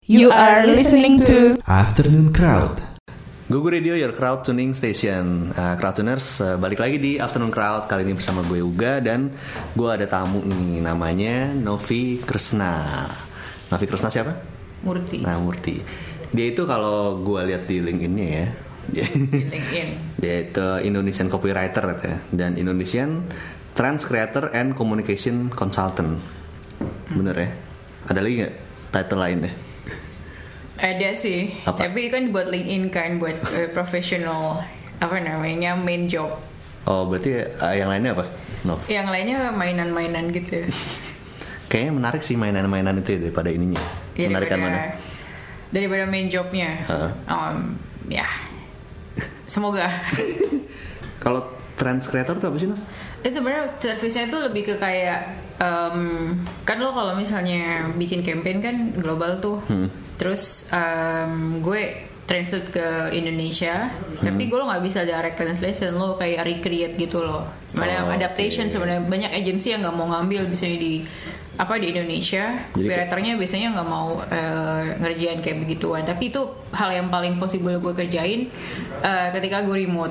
You are listening to Afternoon Crowd. Gugu Radio, your crowd tuning station. Crowdtuners, balik lagi di Afternoon Crowd. Kali ini bersama gue Uga dan gue ada tamu nih, namanya Novi Kresna. Novi Kresna siapa? Murti. Nah, Murti. Dia itu kalau gue lihat di LinkedIn-nya ya, Di LinkedIn. dia itu Indonesian copywriter katanya, dan Indonesian Trans Creator and Communication Consultant. Bener ya? Ada lagi nggak title lainnya? Ada sih. Apa? Tapi kan buat LinkedIn kan, buat professional apa namanya, main job. Oh, berarti yang lainnya apa? Nov? Yang lainnya mainan-mainan gitu. Kayaknya menarik sih mainan-mainan itu ya, daripada ininya. Ya, Menarikan mana? Daripada main jobnya. Ya. Semoga. Kalau trans creator itu apa sih, Nov? Sebenarnya servisnya itu lebih ke kayak kan lo kalau misalnya bikin campaign kan global tuh. Terus gue translate ke Indonesia, tapi gue lo nggak bisa direct translation, lo kayak recreate gitu loh. Mana adaptation sebenarnya banyak agensi yang nggak mau ngambil misalnya di Indonesia, copywriternya biasanya nggak mau ngerjain kayak begituan. Tapi itu hal yang paling possible gue kerjain ketika gue remote.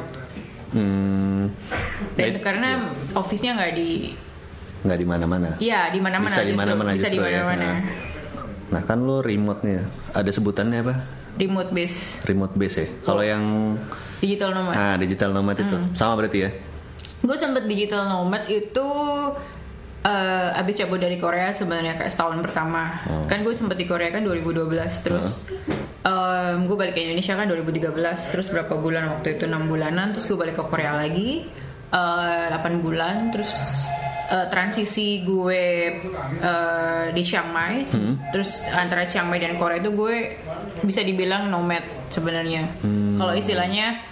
Dan karena office-nya nggak di mana-mana. Iya, di mana-mana. Bisa di mana-mana. Bisa di mana-mana. Ya. Nah, kan lo remote-nya ada sebutannya apa? Remote base. Remote base ya. Kalau yang Digital nomad. digital nomad itu sama berarti ya? Gue sempet digital nomad itu abis cabut dari Korea sebenarnya kayak setahun pertama. Kan gue sempet di Korea kan 2012, terus gue balik ke Indonesia kan 2013, terus berapa bulan waktu itu 6 bulanan, terus gue balik ke Korea lagi 8 bulan, terus transisi gue di Chiang Mai, terus antara Chiang Mai dan Korea itu gue bisa dibilang nomad sebenarnya. Kalau istilahnya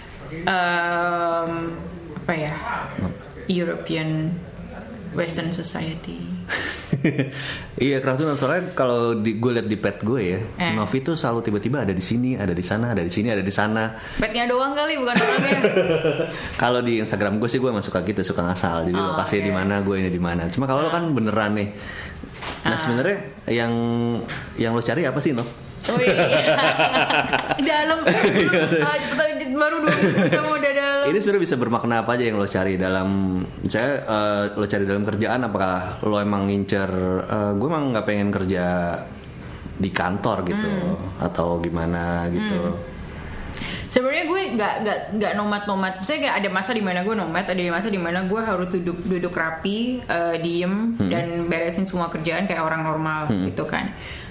apa ya, European Western Society. Iya, kerasunan soalnya kalau gue lihat di pet gue ya, Novi tuh selalu tiba-tiba ada di sini, ada di sana, ada di sini, ada di sana. Petnya doang kali, bukan orangnya. Kalau di Instagram gue sih gue emang suka gitu, suka ngasal. Jadi lokasinya di mana, gue ini di mana. Cuma kalau lo kan beneran nih. Nah, sebenarnya yang lo cari apa sih, Nov? Oh iya. Dalam baru dulu kamu udah dalam. Ini sebenarnya bisa bermakna apa aja yang lo cari dalam, misalnya lo cari dalam kerjaan, apakah lo emang ngincer gue emang nggak pengen kerja di kantor gitu atau gimana gitu. Sebenarnya gue nggak nomad. Saya kayak ada masa di mana gue nomad, ada masa di mana gue harus duduk rapi, diem dan beresin semua kerjaan kayak orang normal gitu kan.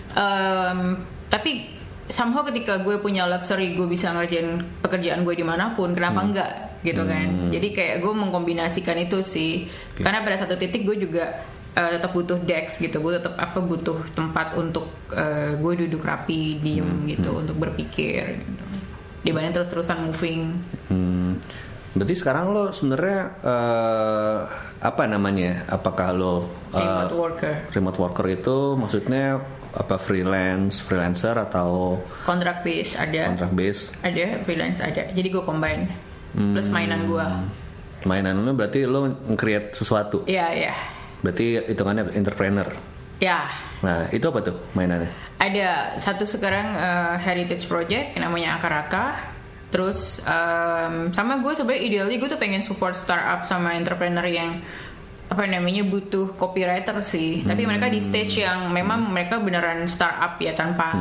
Tapi somehow ketika gue punya luxury, gue bisa ngerjain pekerjaan gue dimanapun, kenapa enggak gitu kan. Jadi kayak gue mengkombinasikan itu sih. Karena pada satu titik gue juga tetap butuh desk gitu, gue tetap butuh tempat untuk gue duduk rapi, diem gitu, untuk berpikir gitu, dibanding terus-terusan moving. Berarti sekarang lo sebenarnya apa namanya? Apakah lo remote worker itu maksudnya apa, freelancer atau contract base? Ada freelance ada, jadi gue combine plus mainan gue. Mainan lo berarti lo nge-create sesuatu? Iya. Berarti hitungannya entrepreneur? Ya. Nah, itu apa tuh mainannya? Ada satu sekarang heritage project yang namanya Akaraka. Terus sama gue sebenarnya ideally gue tuh pengen support startup sama entrepreneur yang apa namanya butuh copywriter sih. Tapi mereka di stage yang memang mereka beneran startup ya, tanpa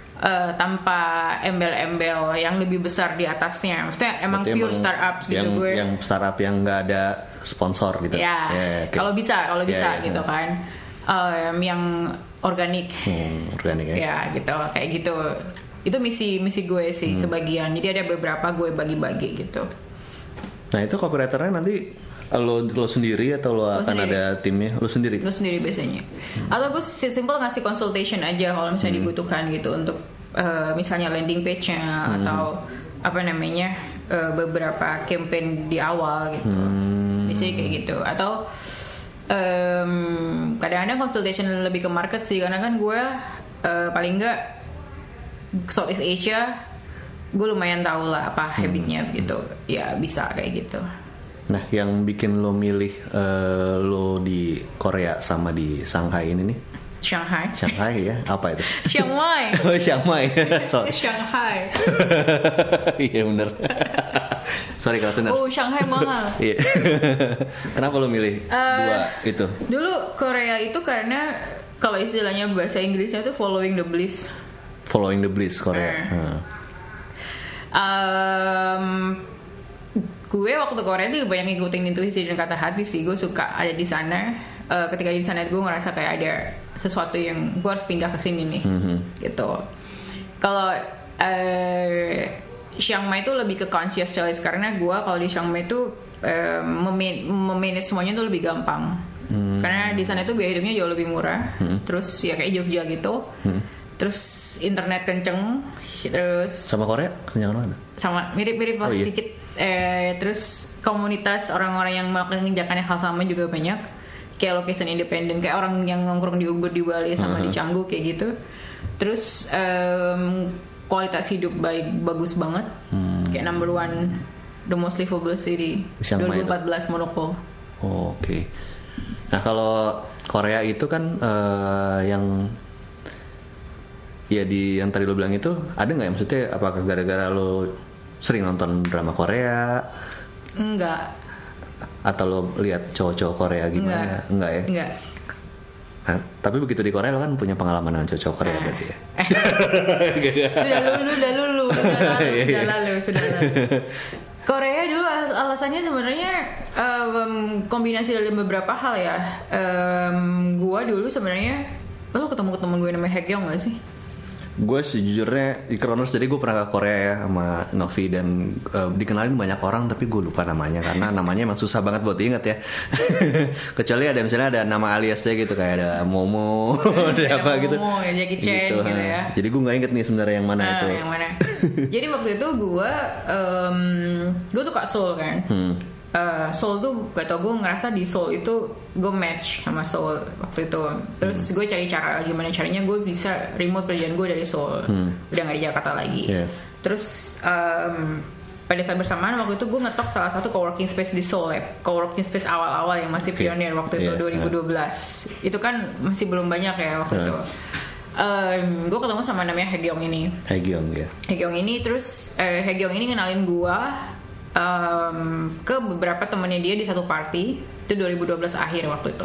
embel-embel yang lebih besar di atasnya. Maksudnya emang berarti pure startup gitu gue. Yang startup yang nggak ada sponsor gitu. Ya, kalau bisa gitu kan. Yang organik. Organik ya. Ya gitu, kayak gitu. Itu misi gue sih sebagian. Jadi ada beberapa gue bagi-bagi gitu. Nah, itu copywriternya nanti lo sendiri atau lo akan sendiri. ada timnya? Lo sendiri? Gue sendiri biasanya. Atau gue simple ngasih consultation aja kalau misalnya dibutuhkan gitu, untuk misalnya landing page-nya atau apa namanya beberapa campaign di awal gitu. Biasanya kayak gitu. Atau kadang-kadang consultation lebih ke market sih, karena kan gue paling enggak Southeast Asia gue lumayan tahu lah apa habitnya gitu. Ya bisa kayak gitu. Nah, yang bikin lo milih lo di Korea sama di Shanghai ini nih, Shanghai. Shanghai ya, apa itu? Chiang Mai. Oh, Chiang Mai. Sorry. Shanghai. Iya bener. Sorry kalau Suners. Oh, Shanghai mahal. Iya. Kenapa lo milih dua itu? Dulu Korea itu karena kalau istilahnya bahasa Inggrisnya itu following the bliss. Following the bliss Korea. Gue waktu Korea tuh banyak ngikutin intuisi dan kata hati sih. Gue suka ada di sana. Ketika di sana gue ngerasa kayak ada sesuatu yang gue harus pindah ke sini nih, gitu. Kalau Chiang Mai itu lebih ke conscious choice karena gue kalau di Chiang Mai itu memanage semuanya tuh lebih gampang. Karena di sana tuh biaya hidupnya jauh lebih murah. Terus ya kayak Jogja gitu. Terus internet kenceng. Terus sama Korea kenceng mana? Sama mirip-mirip lah sedikit. Terus komunitas orang-orang yang mengerjakan hal sama juga banyak. Kayak location independen, kayak orang yang nongkrong di Ubud di Bali sama di Canggu kayak gitu. Terus kualitas hidup bagus banget. Kayak number one the most livable city 2014 Monaco. Oke. Nah kalau Korea itu kan yang ya di yang tadi lo bilang itu ada nggak ya, maksudnya apakah gara-gara lo sering nonton drama Korea? Enggak. Atau lo lihat cowok-cowok Korea gimana? Enggak ya? Enggak. Nah, tapi begitu di Korea lo kan punya pengalaman dengan cowok-cowok Korea berarti ya? Sudah lalu. Korea dulu alasannya sebenarnya kombinasi dari beberapa hal ya. Gua dulu sebenarnya lo ketemu gue namanya Haekyung gak sih? Gue sejujurnya di Kronos, jadi gue pernah ke Korea ya sama Novi dan dikenalin banyak orang tapi gue lupa namanya karena namanya emang susah banget buat diingat ya. Kecuali ada misalnya ada nama aliasnya gitu kayak ada Momo, ada apa Momo, gitu. Ya Jackie Chan gitu ya. Jadi gue nggak inget nih sebenarnya yang mana itu. Yang mana? Jadi waktu itu gue suka Seoul kan. Seoul tuh gak tau, gue ngerasa di Seoul itu gue match sama Seoul waktu itu. Terus gue cari cara gimana caranya gue bisa remote kerjaan gue dari Seoul, udah gak di Jakarta lagi. Terus pada saat bersamaan waktu itu gue ngetok salah satu coworking space di Seoul ya, coworking space awal-awal yang masih pionir waktu itu 2012. Itu kan masih belum banyak ya waktu itu. Gue ketemu sama namanya Haekyung ini. Haekyung ini terus Haekyung ini ngenalin gue ke beberapa temannya dia di satu party itu 2012 akhir waktu itu.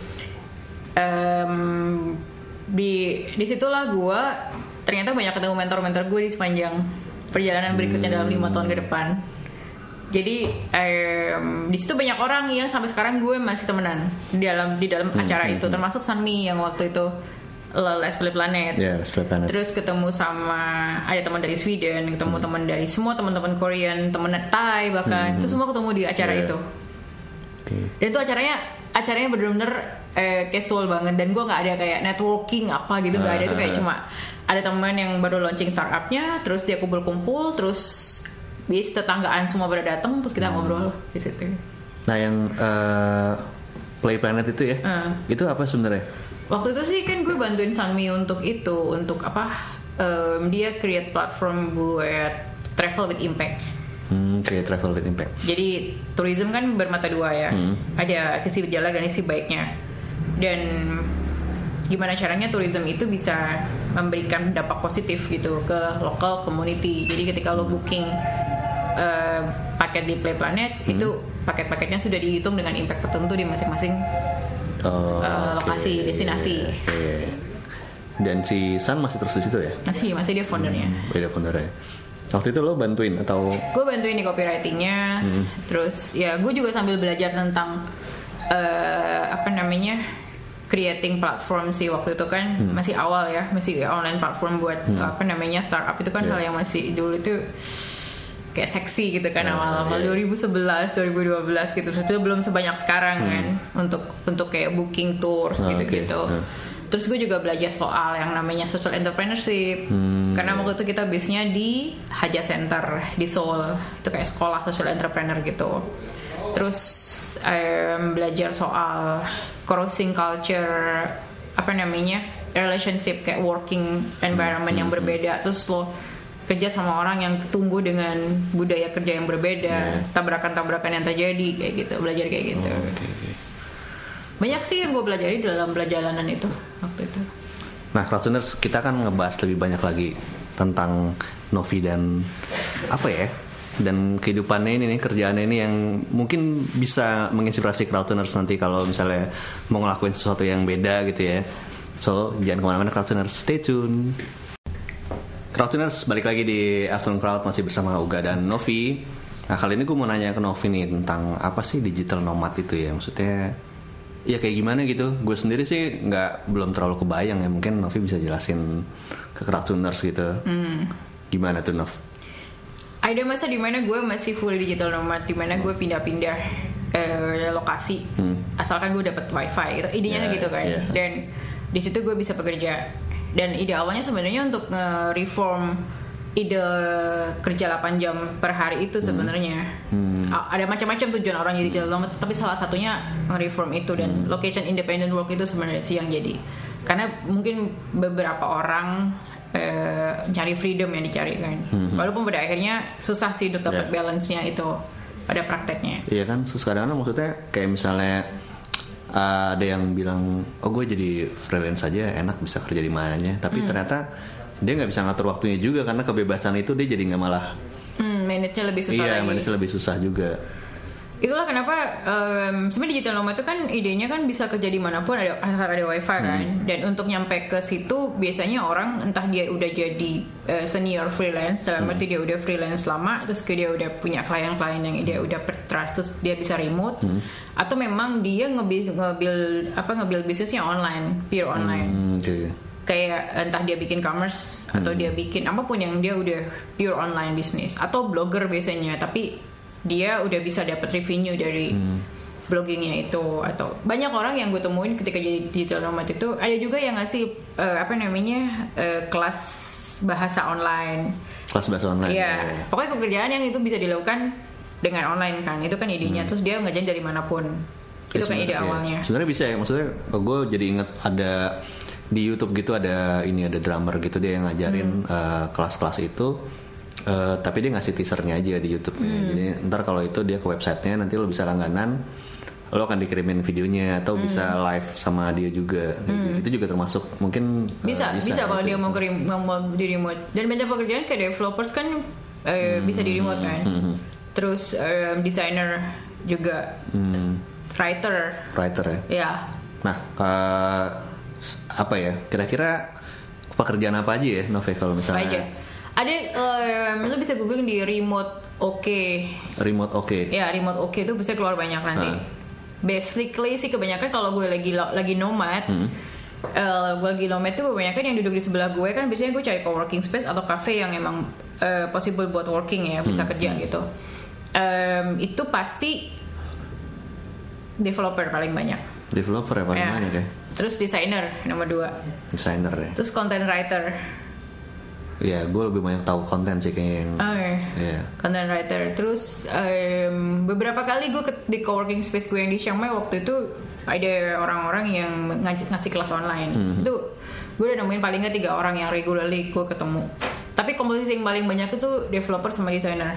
Di situlah gue ternyata banyak ketemu mentor-mentor gue di sepanjang perjalanan berikutnya dalam 5 tahun ke depan. Jadi di situ banyak orang yang sampai sekarang gue masih temenan di dalam acara itu, termasuk Sunmi yang waktu itu Let's Play Planet. Terus ketemu sama ada teman dari Sweden, ketemu teman dari semua teman-teman Korean, teman Thai bahkan itu semua ketemu di acara itu. Dan itu acaranya bener-bener casual banget dan gue nggak ada kayak networking apa gitu, nggak ada. Itu kayak cuma ada teman yang baru launching startupnya, terus dia kumpul-kumpul, terus bis tetanggaan semua pada datang, terus kita ngobrol di situ. Nah yang Play Planet itu ya, itu apa sebenarnya? Waktu itu sih kan gue bantuin Sunmi untuk apa? Dia create platform buat travel with impact. Kayak travel with impact. Jadi tourism kan bermata dua ya. Ada sisi jelek dan sisi baiknya. Dan gimana caranya tourism itu bisa memberikan dampak positif gitu ke local community. Jadi ketika lo booking paket di Play Planet itu paket-paketnya sudah dihitung dengan impact tertentu di masing-masing lokasi destinasi. Dan si Sun masih terus di situ ya? Masih dia foundernya. Dia foundernya. Waktu itu lo bantuin atau? Gue bantuin di copywritingnya. Terus ya gue juga sambil belajar tentang creating platform sih waktu itu kan masih awal ya, masih online platform buat startup itu kan hal yang masih dulu itu kayak seksi gitu kan awal-awal 2011, 2012 gitu. Itu belum sebanyak sekarang kan untuk kayak booking tours gitu-gitu. Terus gue juga belajar soal yang namanya social entrepreneurship. Karena waktu itu kita base-nya di Haja Center di Seoul. Itu kayak sekolah social entrepreneur gitu. Terus belajar soal crossing culture, relationship kayak working environment yang berbeda. Terus lo kerja sama orang yang tumbuh dengan budaya kerja yang berbeda, tabrakan-tabrakan yang terjadi kayak gitu, belajar kayak gitu. Banyak sih yang gue pelajari dalam perjalanan itu waktu itu. Nah, Crowdtuners kita kan ngebahas lebih banyak lagi tentang Novi dan apa ya? Dan kehidupannya ini nih, kerjaannya ini yang mungkin bisa menginspirasi Crowdtuners nanti kalau misalnya mau ngelakuin sesuatu yang beda gitu ya. So, jangan kemana-mana Crowdtuners, stay tune. Crowdtuners, balik lagi di Afternoon Crowd masih bersama Uga dan Novi. Nah, kali ini gue mau nanya ke Novi nih tentang apa sih digital nomad itu ya. Maksudnya ya kayak gimana gitu. Gue sendiri sih belum terlalu kebayang ya. Mungkin Novi bisa jelasin ke Crowdtuners gitu. Gimana tuh Nov? Ada masa dimana gue masih full digital nomad, dimana gue pindah-pindah lokasi, asalkan gue dapet wifi gitu. Idenya gitu kan. Dan di situ gue bisa bekerja. Dan ide awalnya sebenarnya untuk nge-reform ide kerja 8 jam per hari itu sebenarnya. Ada macam-macam tujuan orang jadi digital nomad, tapi salah satunya nge-reform itu. Dan location independent work itu sebenarnya sih yang jadi. Karena mungkin beberapa orang cari freedom yang dicari kan. Walaupun pada akhirnya susah sih untuk dapat balance-nya itu pada prakteknya. Iya kan, kadang-kadang maksudnya kayak misalnya ada yang bilang, oh gue jadi freelance aja enak bisa kerja di mananya, tapi ternyata dia nggak bisa ngatur waktunya juga karena kebebasan itu dia jadi nggak malah manage-nya lebih susah lagi. Iya, manage-nya lebih susah juga. Itulah kenapa sebenarnya digital nomad itu kan idenya kan bisa kerja dimanapun ada wifi kan. Dan untuk nyampe ke situ biasanya orang entah dia udah jadi senior freelance, dalam arti dia udah freelance lama, terus dia udah punya klien-klien yang dia udah trust, terus dia bisa remote, atau memang dia nge-build bisnisnya online, pure online. Kayak entah dia bikin commerce atau dia bikin apapun yang dia udah pure online bisnis, atau blogger biasanya, tapi dia udah bisa dapat revenue dari bloggingnya itu. Atau banyak orang yang gue temuin ketika jadi digital nomad itu ada juga yang ngasih kelas bahasa online. Kelas bahasa online. Iya. Pokoknya pekerjaan yang itu bisa dilakukan dengan online kan. Itu kan idenya. Terus dia ngajarin dari manapun. Itu kan ide awalnya. Sebenarnya bisa ya. Maksudnya gue jadi inget ada di YouTube gitu ada drummer gitu, dia yang ngajarin kelas-kelas itu. Tapi dia ngasih teasernya aja di YouTube. Jadi ntar kalau itu dia ke websitenya, nanti lo bisa langganan, lo akan dikirimin videonya atau bisa live sama dia juga. Itu juga termasuk mungkin bisa kalau dia mau di remote. Dan banyak pekerjaan kayak developers kan bisa di remote kan. Terus designer juga, writer ya. Ya. Nah, apa ya? Kira-kira pekerjaan apa aja ya, Nove, kalau misalnya? Ada, lo bisa googling di remote okay. Remote okay. Ya, remote okay itu bisa keluar banyak nanti. Basically sih kebanyakan kalau gue lagi nomad, gue lagi nomad tuh kebanyakan yang duduk di sebelah gue kan biasanya gue cari coworking space atau cafe yang emang possible buat working ya, bisa kerja gitu. Itu pasti developer paling banyak. Developer ya paling banyak ya. Terus designer nomor 2. Designer ya. Terus content writer. Ya, gue lebih banyak tahu konten sih kayaknya yang. Content writer. Terus beberapa kali gue di coworking space gue yang di Chiang Mai waktu itu ada orang-orang yang ngasih kelas online. Itu gue udah nemuin paling nggak 3 orang yang regularly gue ketemu. Tapi komposisi yang paling banyak itu developer sama designer.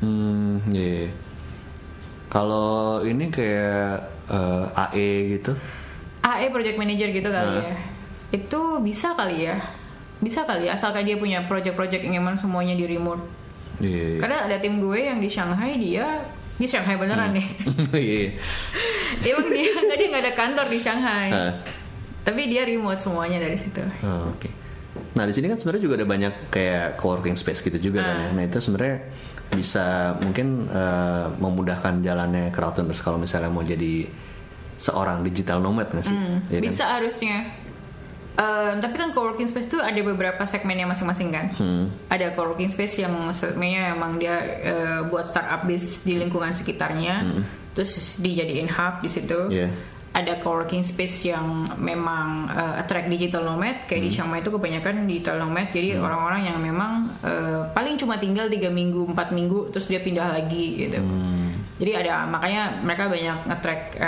Kalau ini kayak AE gitu. AE project manager gitu kali ya. Itu bisa kali ya. Asalkan dia punya project-project yang emang semuanya di remote. Karena ada tim gue yang di Shanghai, dia di Shanghai beneran deh. Dia nggak ada kantor di Shanghai. Tapi dia remote semuanya dari situ. Oke. Nah, di sini kan sebenarnya juga ada banyak kayak coworking space gitu juga kan ya. Nah, itu sebenarnya bisa mungkin memudahkan jalannya Crowdtuners kalau misalnya mau jadi seorang digital nomad nggak sih? Ya bisa kan? Harusnya. Tapi kan coworking space tuh ada beberapa segmennya masing-masing kan. Ada coworking space yang segmennya emang dia buat startup base di lingkungan sekitarnya, terus dijadiin hub di situ. Ada coworking space yang memang attract digital nomad, kayak di Chiang Mai itu kebanyakan digital nomad. Jadi orang-orang yang memang paling cuma tinggal 3 minggu, 4 minggu, terus dia pindah lagi gitu. Jadi makanya mereka banyak nge-track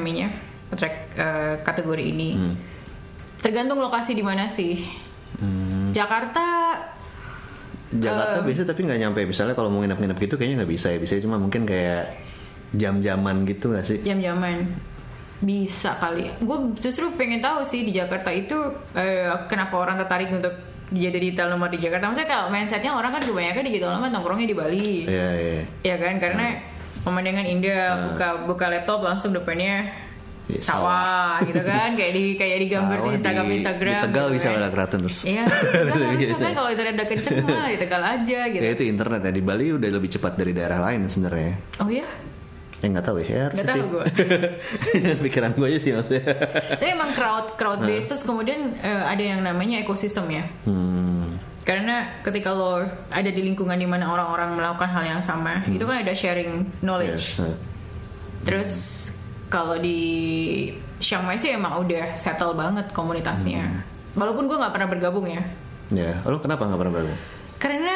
kategori ini. Tergantung lokasi di mana sih. Jakarta biasa tapi nggak nyampe. Misalnya kalau mau nginep-nginep gitu kayaknya nggak bisa ya. Bisa cuma mungkin kayak jam-jaman gitu nggak sih? Jam-jaman. Bisa kali. Gue justru pengen tahu sih di Jakarta itu kenapa orang tertarik untuk jadi digital nomad di Jakarta. Maksudnya kalau mindsetnya orang kan kebanyakan digital nomad nongkrongnya di Bali. Iya kan, karena pemandangan indah, buka laptop langsung depannya sawah gitu kan, kayak di gambar di Instagram. Di Tegal gitu bisa kan. ada Kratoners. Iya, Tegal harusnya kan kalau internet udah kenceng mah di Tegal aja gitu. Ya itu internet ya, di Bali udah lebih cepat dari daerah lain sebenarnya. Oh iya? Nggak tahu ya, Nggak tahu gue. Pikiran gue aja sih maksudnya. Tapi emang crowd based terus kemudian ada yang namanya ekosistem ya. Karena ketika lo ada di lingkungan di mana orang-orang melakukan hal yang sama, itu kan ada sharing knowledge. Terus kalau di Chiang Mai sih emang udah settle banget komunitasnya. Walaupun gue nggak pernah bergabung ya. Ya, lo kenapa nggak pernah bergabung? Karena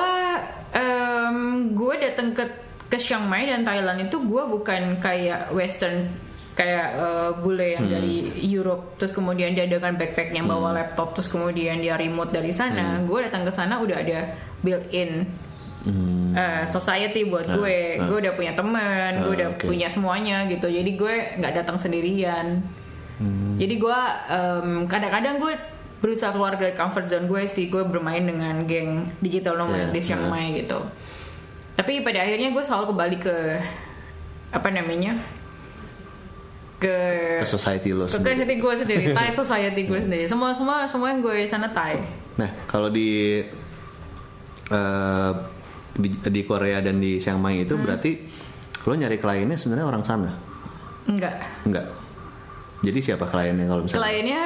gue datang ke Chiang Mai dan Thailand itu gue bukan kayak Western kayak bule yang dari Europe terus kemudian dia dengan backpacknya bawa laptop terus kemudian dia remote dari sana. Gue datang ke sana udah ada built-in society buat gue. Gue udah punya teman, gue udah punya semuanya gitu. Jadi gue nggak datang sendirian. Jadi gue kadang-kadang gue berusaha keluar dari comfort zone gue sih. Gue bermain dengan geng digital nomad di Chiang Mai gitu. Tapi pada akhirnya gue selalu kembali ke ke society lo sendiri. Ke society gue sendiri, Thai society gue sendiri. Semua yang gue di sana Thai. Nah, kalau di Korea dan di Chiang Mai itu berarti lo nyari kliennya sebenarnya orang sana? Enggak. Jadi siapa kliennya kalau misalnya? Kliennya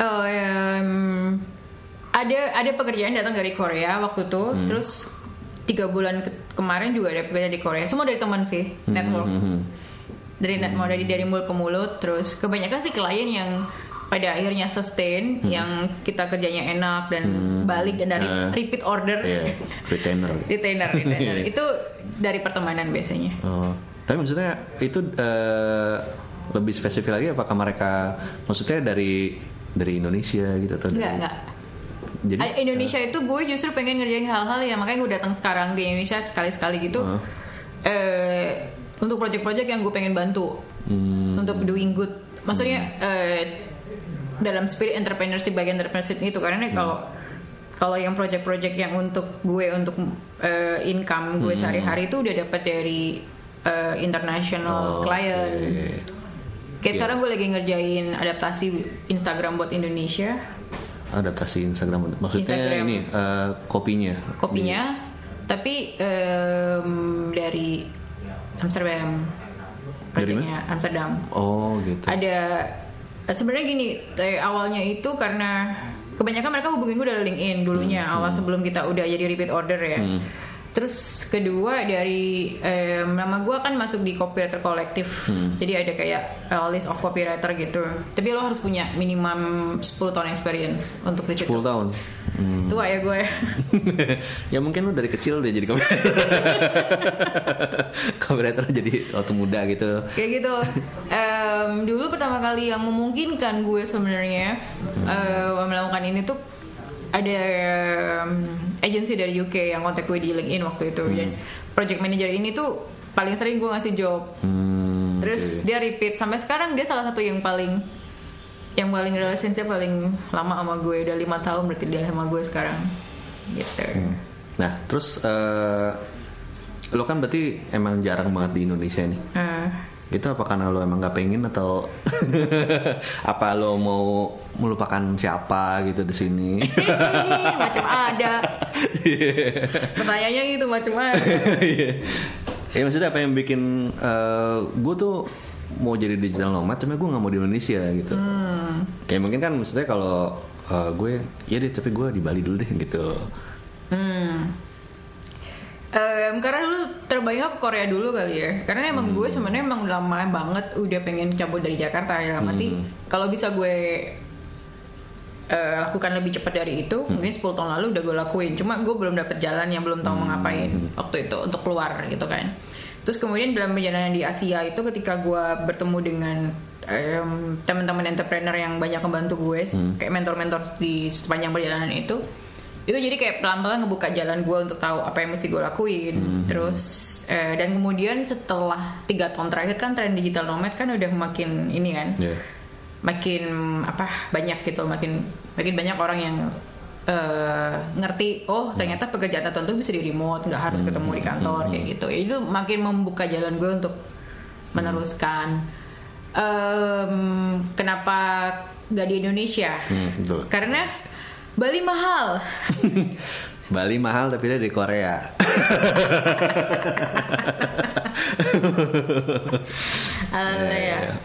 ada pekerjaan datang dari Korea waktu itu, terus 3 bulan kemarin juga ada pekerjaan di Korea. Semua dari teman sih, network. Dari mulut ke mulut. Terus kebanyakan sih klien yang pada akhirnya sustain, yang kita kerjanya enak dan balik dan dari repeat order. Retainer. Itu dari pertemanan biasanya. Tapi maksudnya itu lebih spesifik lagi, apakah mereka maksudnya dari Indonesia gitu atau enggak. Jadi Indonesia itu gue justru pengen ngerjain hal-hal yang makanya gue datang sekarang ke Indonesia sekali-sekali gitu untuk project-project yang gue pengen bantu untuk doing good. Maksudnya dalam spirit entrepreneurship, bagian entrepreneurship itu karena kalau yang project-project yang untuk gue untuk income gue sehari-hari itu udah dapat dari international client. Kayak sekarang gue lagi ngerjain adaptasi Instagram buat Indonesia. Adaptasi Instagram maksudnya ini kopinya tapi dari Amsterdam, projectnya Amsterdam. Oh gitu. Ada sebenarnya gini, awalnya itu karena kebanyakan mereka hubungin gue dari LinkedIn dulunya awal sebelum kita udah jadi repeat order ya. Terus kedua dari nama gue kan masuk di copywriter kolektif, jadi ada kayak list of copywriter gitu. Tapi lo harus punya minimum 10 tahun experience untuk di situ. 10 tahun. Tua ya gue. Ya mungkin lo dari kecil udah jadi copywriter. Copywriter jadi waktu muda gitu. Kayak gitu. Dulu pertama kali yang memungkinkan gue sebenarnya melakukan ini tuh ada agensi dari UK yang kontak gue di LinkedIn waktu itu. Project manager ini tuh paling sering gue ngasih job. Terus dia repeat sampai sekarang, dia salah satu yang paling relationship paling lama sama gue, udah 5 tahun berarti dia sama gue sekarang gitu. Nah terus lo kan berarti emang jarang banget di Indonesia nih. Itu apa karena lo emang gak pengen atau apa lo mau melupakan siapa gitu di sini? Macam ada. Pertanyaannya gitu macam ada. Ya maksudnya apa yang bikin gue tuh mau jadi digital nomad, cuma gue nggak mau di Indonesia gitu. Kayak mungkin kan maksudnya kalau gue ya deh, tapi gue di Bali dulu deh gitu. Karena dulu terbayang ke Korea dulu kali ya. Karena emang gue sebenarnya emang lama banget udah pengen cabut dari Jakarta ya. Mati kalau bisa gue lakukan lebih cepat dari itu, mungkin 10 tahun lalu udah gue lakuin. Cuma gue belum dapet jalan, yang belum tahu mau ngapain waktu itu untuk keluar gitu kan. Terus kemudian dalam perjalanan di Asia itu, ketika gue bertemu dengan teman-teman entrepreneur yang banyak membantu gue, kayak mentor-mentor di sepanjang perjalanan itu, Itu jadi kayak pelan-pelan ngebuka jalan gue untuk tahu apa yang mesti gue lakuin. Terus dan kemudian setelah 3 tahun terakhir kan tren digital nomad kan udah makin ini kan, makin banyak gitu, makin banyak orang yang ngerti ternyata pekerjaan tertentu bisa di remote, nggak harus ketemu di kantor kayak gitu. Itu makin membuka jalan gue untuk meneruskan. Kenapa nggak di Indonesia? Betul. Karena Bali mahal. Bali mahal tapi dia di Korea. Ya.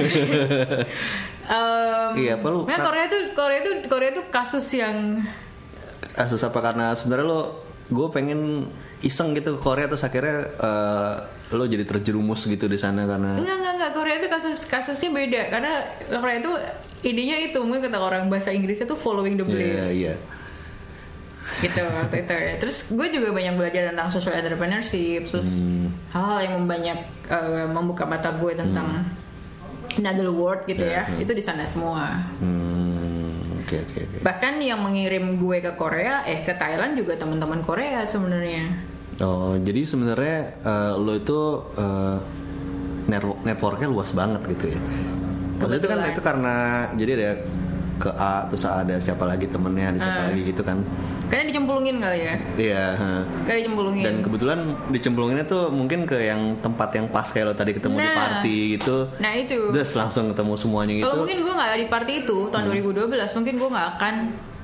Iya, apa lu? Nah, Korea tuh kasus yang kasus apa, karena sebenarnya gue pengen iseng gitu ke Korea terus akhirnya lo jadi terjerumus gitu di sana karena enggak, Korea itu kasusnya beda karena Korea itu idenya itu mungkin kata orang bahasa Inggrisnya tuh following the bliss. Iya. Gitu waktu itu ya. Terus gue juga banyak belajar tentang social entrepreneurship, terus hal-hal yang membuka mata gue tentang another world gitu ya. Itu di sana semua. Okay. Bahkan yang mengirim gue ke Korea, ke Thailand juga teman-teman Korea sebenarnya. Oh, jadi sebenarnya lo itu networknya luas banget gitu ya. Maksudnya itu kan itu karena jadi ada ke A terus ada siapa lagi temennya, ada siapa lagi gitu kan. Karena dicemplungin kali ya. Iya. Karena dicemplungin. Dan kebetulan dicemplunginnya tuh mungkin ke yang tempat yang pas kayak lo tadi ketemu di party gitu. Nah itu. Terus langsung ketemu semuanya gitu. Kalau mungkin gue nggak ada di party itu tahun 2012, mungkin gue nggak akan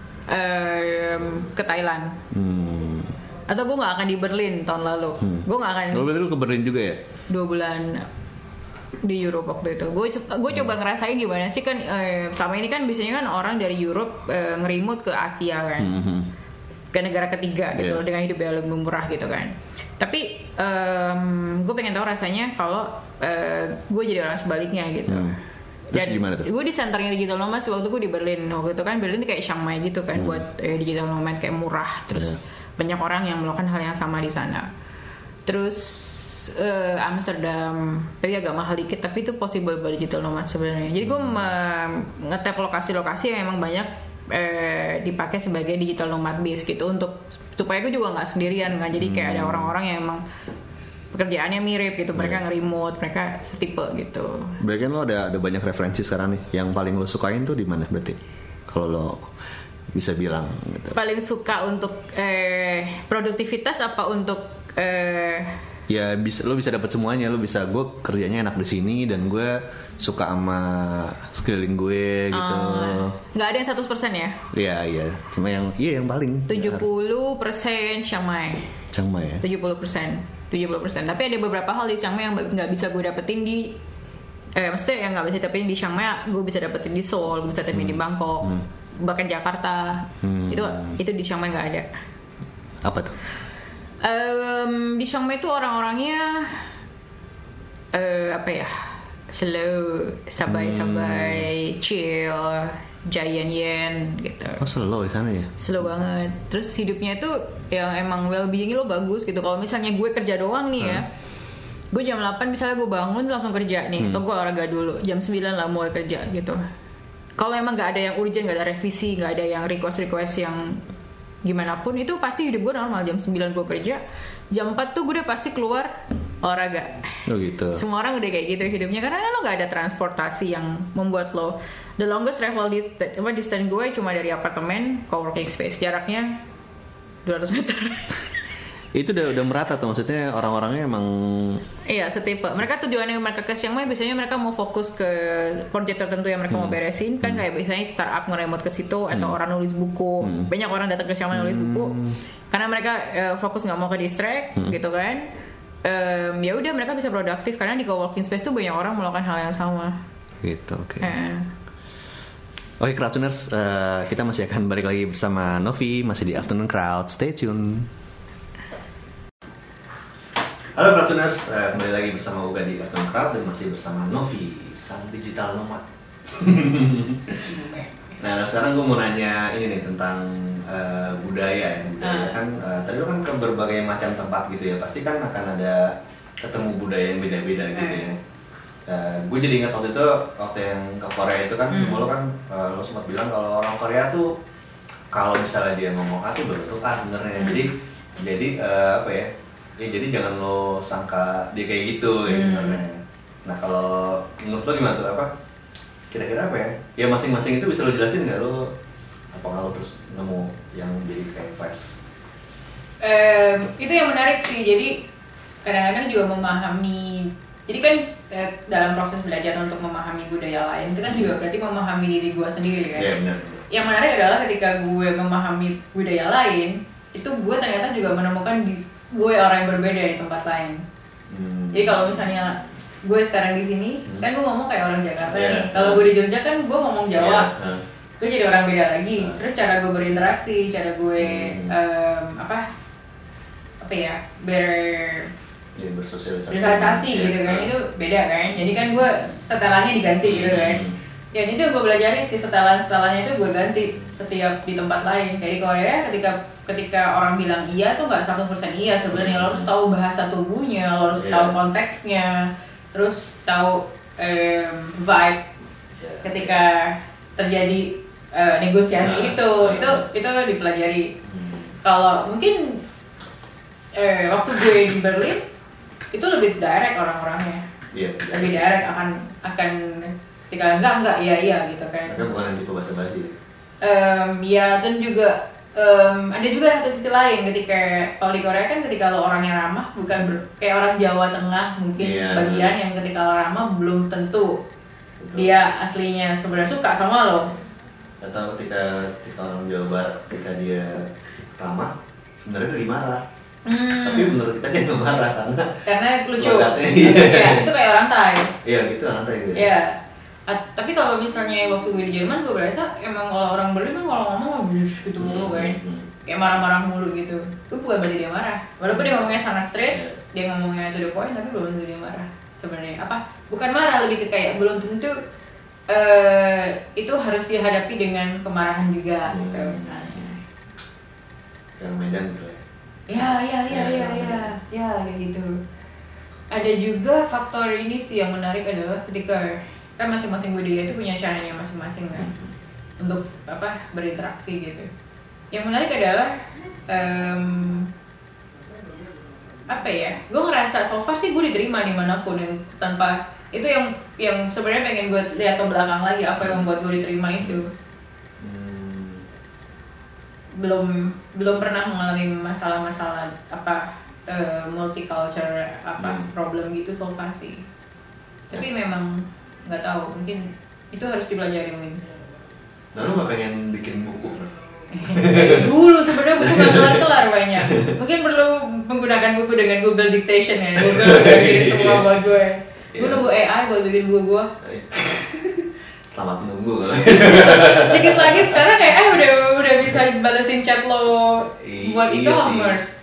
ke Thailand. Atau gue nggak akan di Berlin tahun lalu. Gue nggak akan. Lo berarti lo ke Berlin juga ya? 2 bulan di Europe waktu itu. Gue coba ngerasain gimana sih kan selama ini kan biasanya kan orang dari Europe ngerimut ke Asia kan. Ke negara ketiga gitu dengan hidup yang lebih murah gitu kan. Tapi gue pengen tahu rasanya kalau gue jadi orang sebaliknya gitu. Terus gimana tuh? Gue di senternya digital nomad waktu gue di Berlin. Waktu itu kan Berlin tuh kayak Chiang Mai gitu kan buat digital nomad kayak murah. Terus banyak orang yang melakukan hal yang sama di sana. Terus Amsterdam, tapi agak mahal dikit, tapi itu possible buat digital nomad sebenarnya. Jadi gue ngetap lokasi-lokasi yang emang banyak dipakai sebagai digital nomad base gitu untuk supaya gue juga nggak sendirian kan. Jadi kayak ada orang-orang yang emang pekerjaannya mirip gitu, mereka nge-remote, mereka setipe gitu. Berarti kan lo ada banyak referensi sekarang nih. Yang paling lo sukain tuh di mana berarti? Kalau lo bisa bilang gitu. Paling suka untuk produktivitas apa untuk ya lo bisa dapat semuanya. Lo bisa, gue kerjanya enak di sini dan gue suka sama sekeliling gue gitu. Nggak ada yang 100% ya? Iya. Cuma yang paling 70% Chiang Mai ya? 70%. Tapi ada beberapa hal di Chiang Mai yang nggak bisa gue dapetin di maksudnya yang nggak bisa dapetin di Chiang Mai, gue bisa dapetin di Seoul, gue bisa dapetin di Bangkok, bahkan Jakarta. Itu di Chiang Mai nggak ada. Apa tuh? Di Chiang Mai tuh orang-orangnya slow, sabai, chill, giant yen gitu. Oh, slow di sana ya? Slow banget. Terus hidupnya tuh yang emang well-being lo bagus gitu. Kalau misalnya gue kerja doang nih ya, gue jam 8 misalnya gue bangun langsung kerja nih, atau gue olahraga dulu, jam 9 lah mulai kerja gitu. Kalau emang nggak ada yang urgent, nggak ada revisi, nggak ada yang request yang gimana pun, itu pasti hidup gue normal. Jam 9 gue kerja, jam 4 tuh gue udah pasti keluar olahraga. Oh gitu. Semua orang udah kayak gitu hidupnya karena lo nggak ada transportasi yang membuat lo. The longest travel distance gue cuma dari apartemen ke working space, jaraknya 200 meter. Itu udah merata tuh, maksudnya orang-orangnya emang iya setipe. Mereka tujuannya mereka ke Chiang Mai biasanya mereka mau fokus ke project tertentu yang mereka mau beresin kan, kayak biasanya startup nge-remote ke situ atau orang nulis buku. Banyak orang datang ke Chiang Mai nulis buku karena mereka fokus nggak mau ke distract gitu kan. Ya udah mereka bisa produktif karena di coworking space tuh banyak orang melakukan hal yang sama. Gitu, oke. Oke, Crowdtuners, kita masih akan balik lagi bersama Novi, masih di Afternoon Crowd. Stay tune. Halo Crowdtuners, kembali lagi bersama Uga di Afternoon Crowd dan masih bersama Novi, sang digital nomad. Nah, sekarang gue mau nanya ini nih tentang budaya ya. Kan tadi lo kan ke berbagai macam tempat gitu ya, pasti kan akan ada ketemu budaya yang beda-beda gitu ya. Gue jadi ingat waktu yang ke Korea itu kan, lo kan lo sempat bilang kalau orang Korea tuh kalau misalnya dia ngomong A tuh berbentuk A sebenarnya. Jadi apa ya? Ya jadi jangan lo sangka dia kayak gitu ya sebenarnya. Nah kalau menurut lo gimana tuh, apa? Kira-kira apa ya? Ya masing-masing itu bisa lo jelasin nggak lo? Apa kalau terus nemu yang jadi kayak flash? Itu yang menarik sih. Jadi kadang-kadang juga memahami. Jadi kan dalam proses belajar untuk memahami budaya lain itu kan juga berarti memahami diri gue sendiri kan. Iya benar. Yang menarik adalah ketika gue memahami budaya lain, itu gue ternyata juga menemukan gue orang yang berbeda di tempat lain. Jadi kalau misalnya gue sekarang di sini, kan gue ngomong kayak orang Jakarta nih. Kalau gue di Jogja kan gue ngomong Jawa. Gue jadi orang beda lagi. Terus cara gue berinteraksi, cara gue bersosialisasi gitu kan, itu beda kan. Jadi kan gue setelannya diganti gitu kan. Dan itu gue belajarin sih, setelannya itu gue ganti setiap di tempat lain. Kayak di Korea ketika orang bilang iya tuh nggak 100% iya sebenarnya. Lo harus tahu bahasa tubuhnya, lo harus tahu konteksnya, terus tahu vibe ketika terjadi negosiasi itu dipelajari. Kalau mungkin waktu gue di Berlin itu lebih direct orang-orangnya, lebih direct akan ketika enggak iya gitu kan. Mereka bukan yang tipe basa-basi. Ya dan juga ada juga satu sisi lain ketika kalau di Korea kan ketika lo orangnya ramah, bukan kayak orang Jawa Tengah mungkin sebagian yang ketika lo ramah belum tentu dia aslinya sebenarnya suka sama lo. Atau ketika orang Jawa Barat ketika dia ramah sebenarnya dia marah. Tapi menurut kita dia nggak marah karena lucu. Iya, itu kayak orang Thai. Iya gitu, orang Thai gitu. Iya. Tapi kalau misalnya waktu gue di Jerman, gue berasa emang kalau orang Berlin kan kalau ngomong gitu mulu kan, kayak marah-marah mulu gitu. Itu bukan berarti dia marah. Walaupun dia ngomongnya sangat straight, dia ngomongnya to the point, tapi belum tentu dia marah. Sebenarnya bukan marah, lebih ke kayak belum tentu itu harus dihadapi dengan kemarahan juga gitu misalnya. Yang Medan gitu ya. Ya kayak gitu. Ada juga faktor ini sih yang menarik adalah ketika kan masing-masing budaya itu punya caranya masing-masing kan untuk berinteraksi gitu. Yang menarik adalah gue ngerasa so far sih gue diterima dimanapun yang tanpa itu yang sebenarnya pengen gue lihat ke belakang lagi apa yang membuat gue diterima itu. Belum pernah mengalami masalah-masalah multicultural problem gitu so far sih. Tapi memang nggak tahu, mungkin itu harus dipelajari mungkin. Nah, lu nggak pengen bikin buku? Dulu sebenarnya buku nggak kelar-kelar banyak. Mungkin perlu menggunakan buku dengan Google Dictation ya. Google udah bikin semua buat gue. Gue nunggu AI buat bikin buku gue. Selamat menunggu kalau. Dikit lagi sekarang kayak udah bisa balesin chat lo buat e-commerce.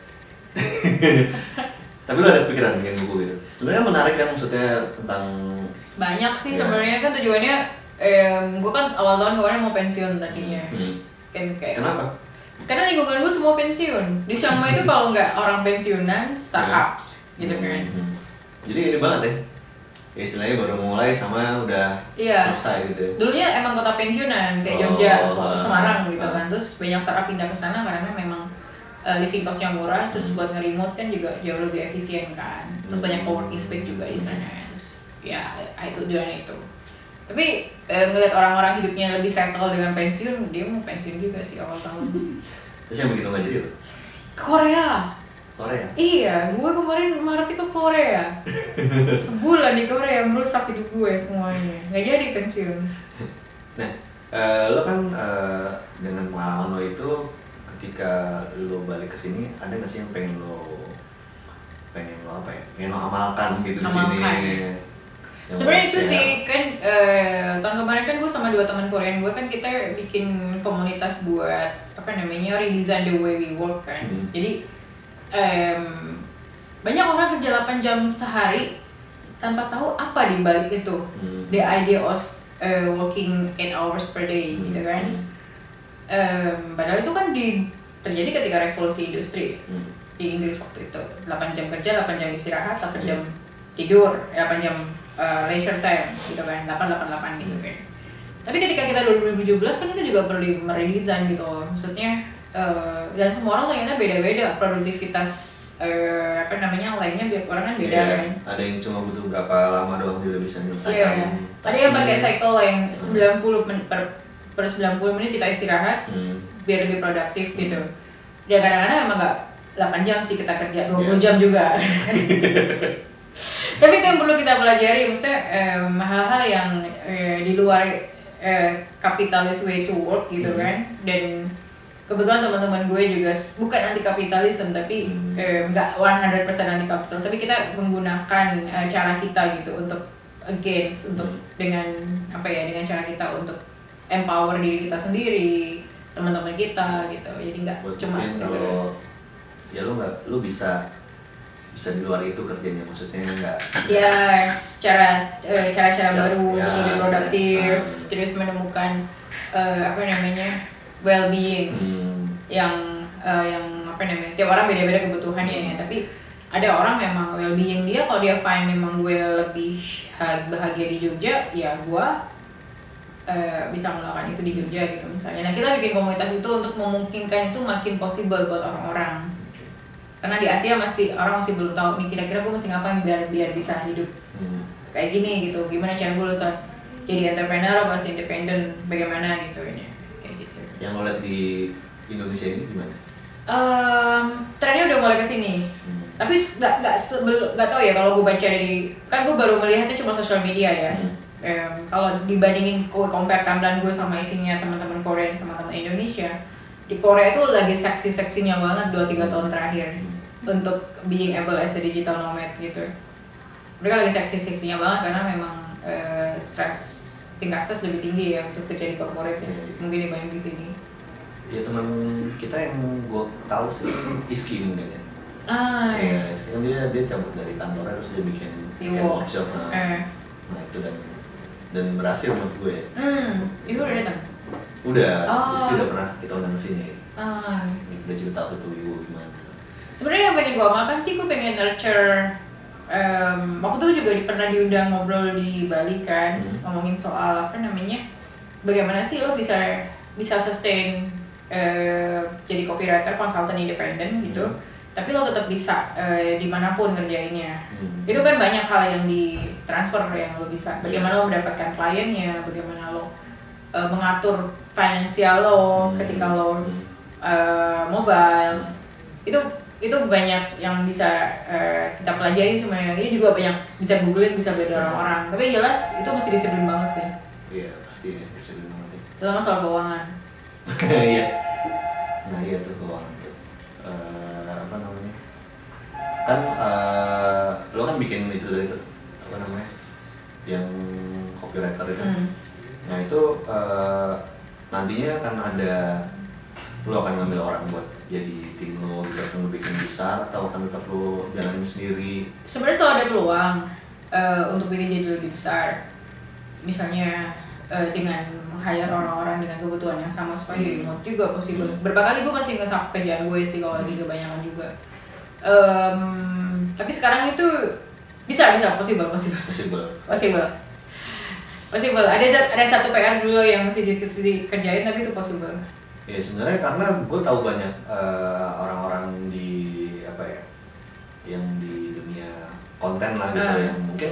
Tapi lo ada pikiran bikin buku gitu? Sebenarnya menarik kan, maksudnya tentang banyak sih sebenarnya kan tujuannya. Gue kan awal tahun kemarin mau pensiun tadinya. Kan kayak kenapa? Karena lingkungan gue semua pensiun. Di Shanghai itu kalau nggak orang pensiunan, startups gitu kan. Jadi ini banget ya? Ya istilahnya baru mulai sama udah selesai gitu ya? Dulunya emang kota pensiunan, kayak Jogja, Semarang gitu kan. Terus banyak startup pindah ke sana karena memang living cost-nya murah, terus buat nge-remote kan juga jauh lebih efisien kan. Terus banyak co-working space juga di sana. Terus ya itu tujuannya itu. Tapi ngeliat orang-orang hidupnya lebih settle dengan pensiun, dia mau pensiun juga sih awal tahun. Terus yang begitu nggak jadi apa? Ke Korea. Korea? Iya, gue kemarin Maret ke Korea. Sebulan di Korea, merusak hidup gue semuanya. Nggak jadi pensiun. Nah, lo kan dengan pengalaman lo itu, ketika lo balik ke sini, ada nggak sih yang pengen lo amalkan gitu di sini? Sebenarnya itu sih kan tahun kemarin kan gue sama 2 teman Korean gue kan kita bikin komunitas buat redesign the way we work kan. Jadi banyak orang kerja 8 jam sehari tanpa tahu apa di balik itu. The idea of working 8 hours per day gitu kan. Padahal itu kan terjadi ketika revolusi industri di Inggris waktu itu. 8 jam kerja, 8 jam istirahat, 8 jam tidur, 8 jam leisure time gitu kan, 888 gitu kan. Tapi ketika kita 2017 kan kita juga perlu meredesign gitu loh. Maksudnya dan semua orang ternyata beda-beda produktivitas lainnya biar orang kan beda kan. Ada yang cuma butuh berapa lama doang dia udah bisa menyelesaikan. Ada yang pakai cycle yang 90 menit per 90 menit kita istirahat biar lebih produktif gitu. Dan kadang-kadang emang nggak 8 jam sih kita kerja, 20 jam juga. Tapi itu yang perlu kita pelajari, maksudnya hal-hal yang di luar capitalist way to work gitu kan. Dan kebetulan teman-teman gue juga bukan anti kapitalisme tapi nggak 100% anti kapital, tapi kita menggunakan cara kita gitu untuk dengan dengan cara kita untuk empower diri kita sendiri, teman-teman kita gitu. Jadi nggak cuma kalau ya lu bisa di luar itu kerjanya, maksudnya nggak cara baru untuk lebih produktif, terus menemukan well-being yang tiap orang beda-beda kebutuhannya ya. Tapi ada orang memang well-being dia, kalau dia find memang gue lebih bahagia di Jogja, ya gue bisa melakukan itu di Jogja gitu misalnya. Nah kita bikin komunitas itu untuk memungkinkan itu makin possible buat orang-orang. Karena di Asia orang masih belum tahu nih kira-kira gue mesti ngapain biar bisa hidup kayak gini gitu. Gimana cara gue bisa jadi entrepreneur atau independen, bagaimana gitu ini kayak gitu. Yang lo lihat di Indonesia ini gimana? Trennya udah mulai kesini. Tapi nggak tahu ya, kalau gue baca dari, kan gue baru melihatnya cuma sosial media ya. Kalau dibandingin compare tampilan gue sama isinya teman-teman Korea sama teman Indonesia, di Korea itu lagi seksi-seksinya banget 2-3 tahun terakhir untuk being able as a digital nomad gitu. Mereka lagi seksi-seksinya banget karena memang tingkat stres lebih tinggi ya untuk kerja di corporate ya. Mungkin dibanding di sini. Ya teman kita yang gue tahu sih Iski mungkin ya. Ya, Iski kan dia cabut dari kantornya terus dia bikin workshop. Nah itu dan berhasil menurut gue ya. Ibu udah datang? Udah, Iski udah pernah kita undang kesini. Udah cerita apa tuh Ibu gimana? Sebenarnya yang pengen gue amalkan sih, gue pengen nurture. Waktu itu juga pernah diundang ngobrol di Bali kan, ngomongin soal bagaimana sih lo bisa sustain jadi copywriter, konsultan independen gitu. Tapi lo tetap bisa dimanapun ngerjainnya. Itu kan banyak hal yang ditransfer yang lo bisa. Bagaimana lo mendapatkan kliennya, bagaimana lo mengatur finansial lo ketika lo mobile. Itu banyak yang bisa kita pelajari sebenarnya. Ini juga banyak bisa googling, bisa belajar orang-orang. Tapi yang jelas itu mesti disiplin banget sih. Iya pasti ya, disiplin banget ya. Terutama soal keuangan. Iya. Nah iya tuh keuangan tuh. Kan lo kan bikin itu dari itu yang copywriter itu. Nah itu nantinya akan ada, lo akan ngambil orang buat jadi tim lo gitu, akan lo bikin besar atau akan tetap lo jalanin sendiri? Sebenarnya selalu ada peluang untuk bikin jadi lebih besar, misalnya dengan hire orang-orang dengan kebutuhan yang sama supaya di remote juga possible. Berapa kali gue masih nge-sub kerjaan gue sih kalau lagi kebanyakan juga. Tapi sekarang itu bisa possible. Ada satu PR dulu yang mesti dikerjain, tapi itu possible. Ya sebenarnya karena gue tahu banyak orang-orang di yang di dunia konten lah gitu yang mungkin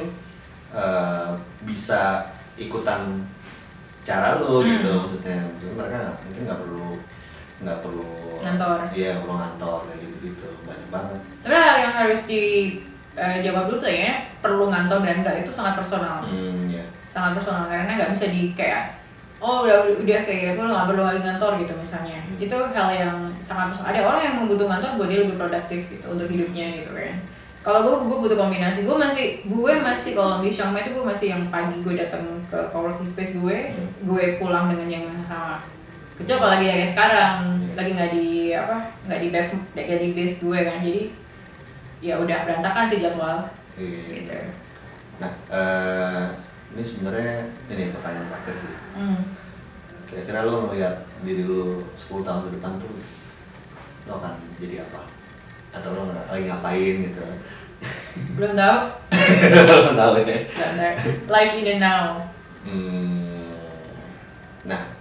bisa ikutan cara lo gitu, maksudnya mereka mungkin nggak perlu ngantor. Iya, perlu ngantor kayak gitu banyak banget. Tapi hal yang harus dijawab dulu tuh ya, perlu ngantor dan enggak itu sangat personal. Sangat personal karena nggak bisa udah kayak gue nggak perlu lagi ngantor gitu misalnya. Itu hal yang sangat personal. Ada orang yang membutuh ngantor buat dia lebih produktif gitu untuk hidupnya gitu kan. Kalau gue butuh kombinasi. Gue masih kalau di Chiang Mai itu gue masih yang pagi gue datang ke coworking space gue pulang dengan yang sama. Kecuali apalagi kayak sekarang lagi nggak di base gue kan, jadi ya udah berantakan sih jadwal. Gitu. Nah ini sebenarnya pertanyaan terakhir sih. Kira-kira lo ngeliat diri lo 10 tahun ke depan tuh lo akan jadi apa? Atau lo lagi ngapain gitu? Belum tahu. Belum tahu ya. Life in the now.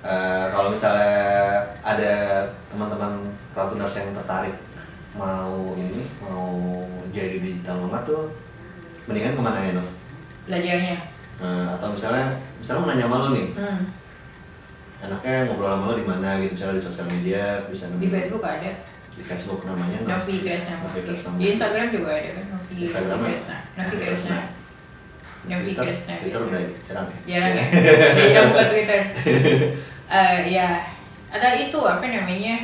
Kalau misalnya ada teman-teman crowdtuners yang tertarik mau jadi digital nomad tuh mendingan kemana ya, Nov? Belajarnya. Atau misalnya mau nanya sama lo nih, enaknya ngobrol sama lo di mana gitu, misalnya di sosial media bisa Di Facebook ada. Di Facebook namanya Novi Kresna. Di Instagram juga ada kan Novi Kresna. Novi Kresna. Novi Kresna. Twitter udah jarang ya? Jarang. Ya jarang buka Twitter. Ya ada itu apa namanya?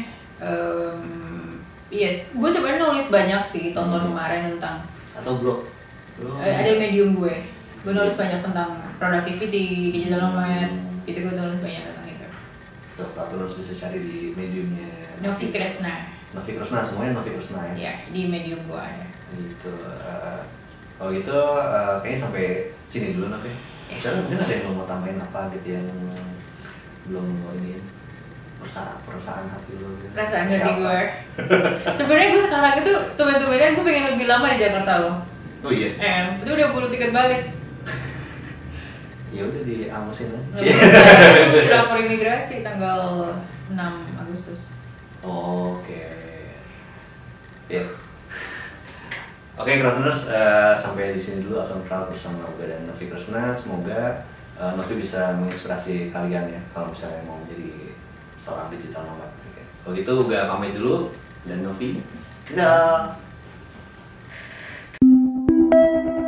Yes, gue sebenarnya nulis banyak sih tahun kemarin tentang. Atau blog? Ada medium gue nulis banyak tentang productivity, digital nomad, gitu gue nulis banyak tentang itu. So, crowdtuners bisa cari di mediumnya Novi Kresna. Novi Kresna, semuanya Novi Kresna ya? Iya, di medium gue ada. Gitu. Kalau gitu kayaknya sampai sini dulu Novi. Soalnya mungkin ada yang mau tambahin apa gitu yang belum mau ini perasaan hati lu gitu. Perasaan hati gue. Sebenarnya gue sekarang itu teman-teman gue pengen lebih lama di Jakarta loh. Oh iya. Itu udah buru tiket balik. Ya udah diamusin aja. Gue mesti lapor imigrasi tanggal 6 Agustus. Oke. Ya. Oke, crowdtuners, sampai di sini dulu Awesome Crowd bersama Uga dan Novi Kresna. Semoga Novi bisa menginspirasi kalian ya kalau misalnya mau menjadi seorang digital nomad. Kalau gitu Uga pamit dulu dan Novi. Dadah.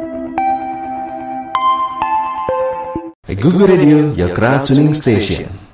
Google Radio, your crowd tuning station.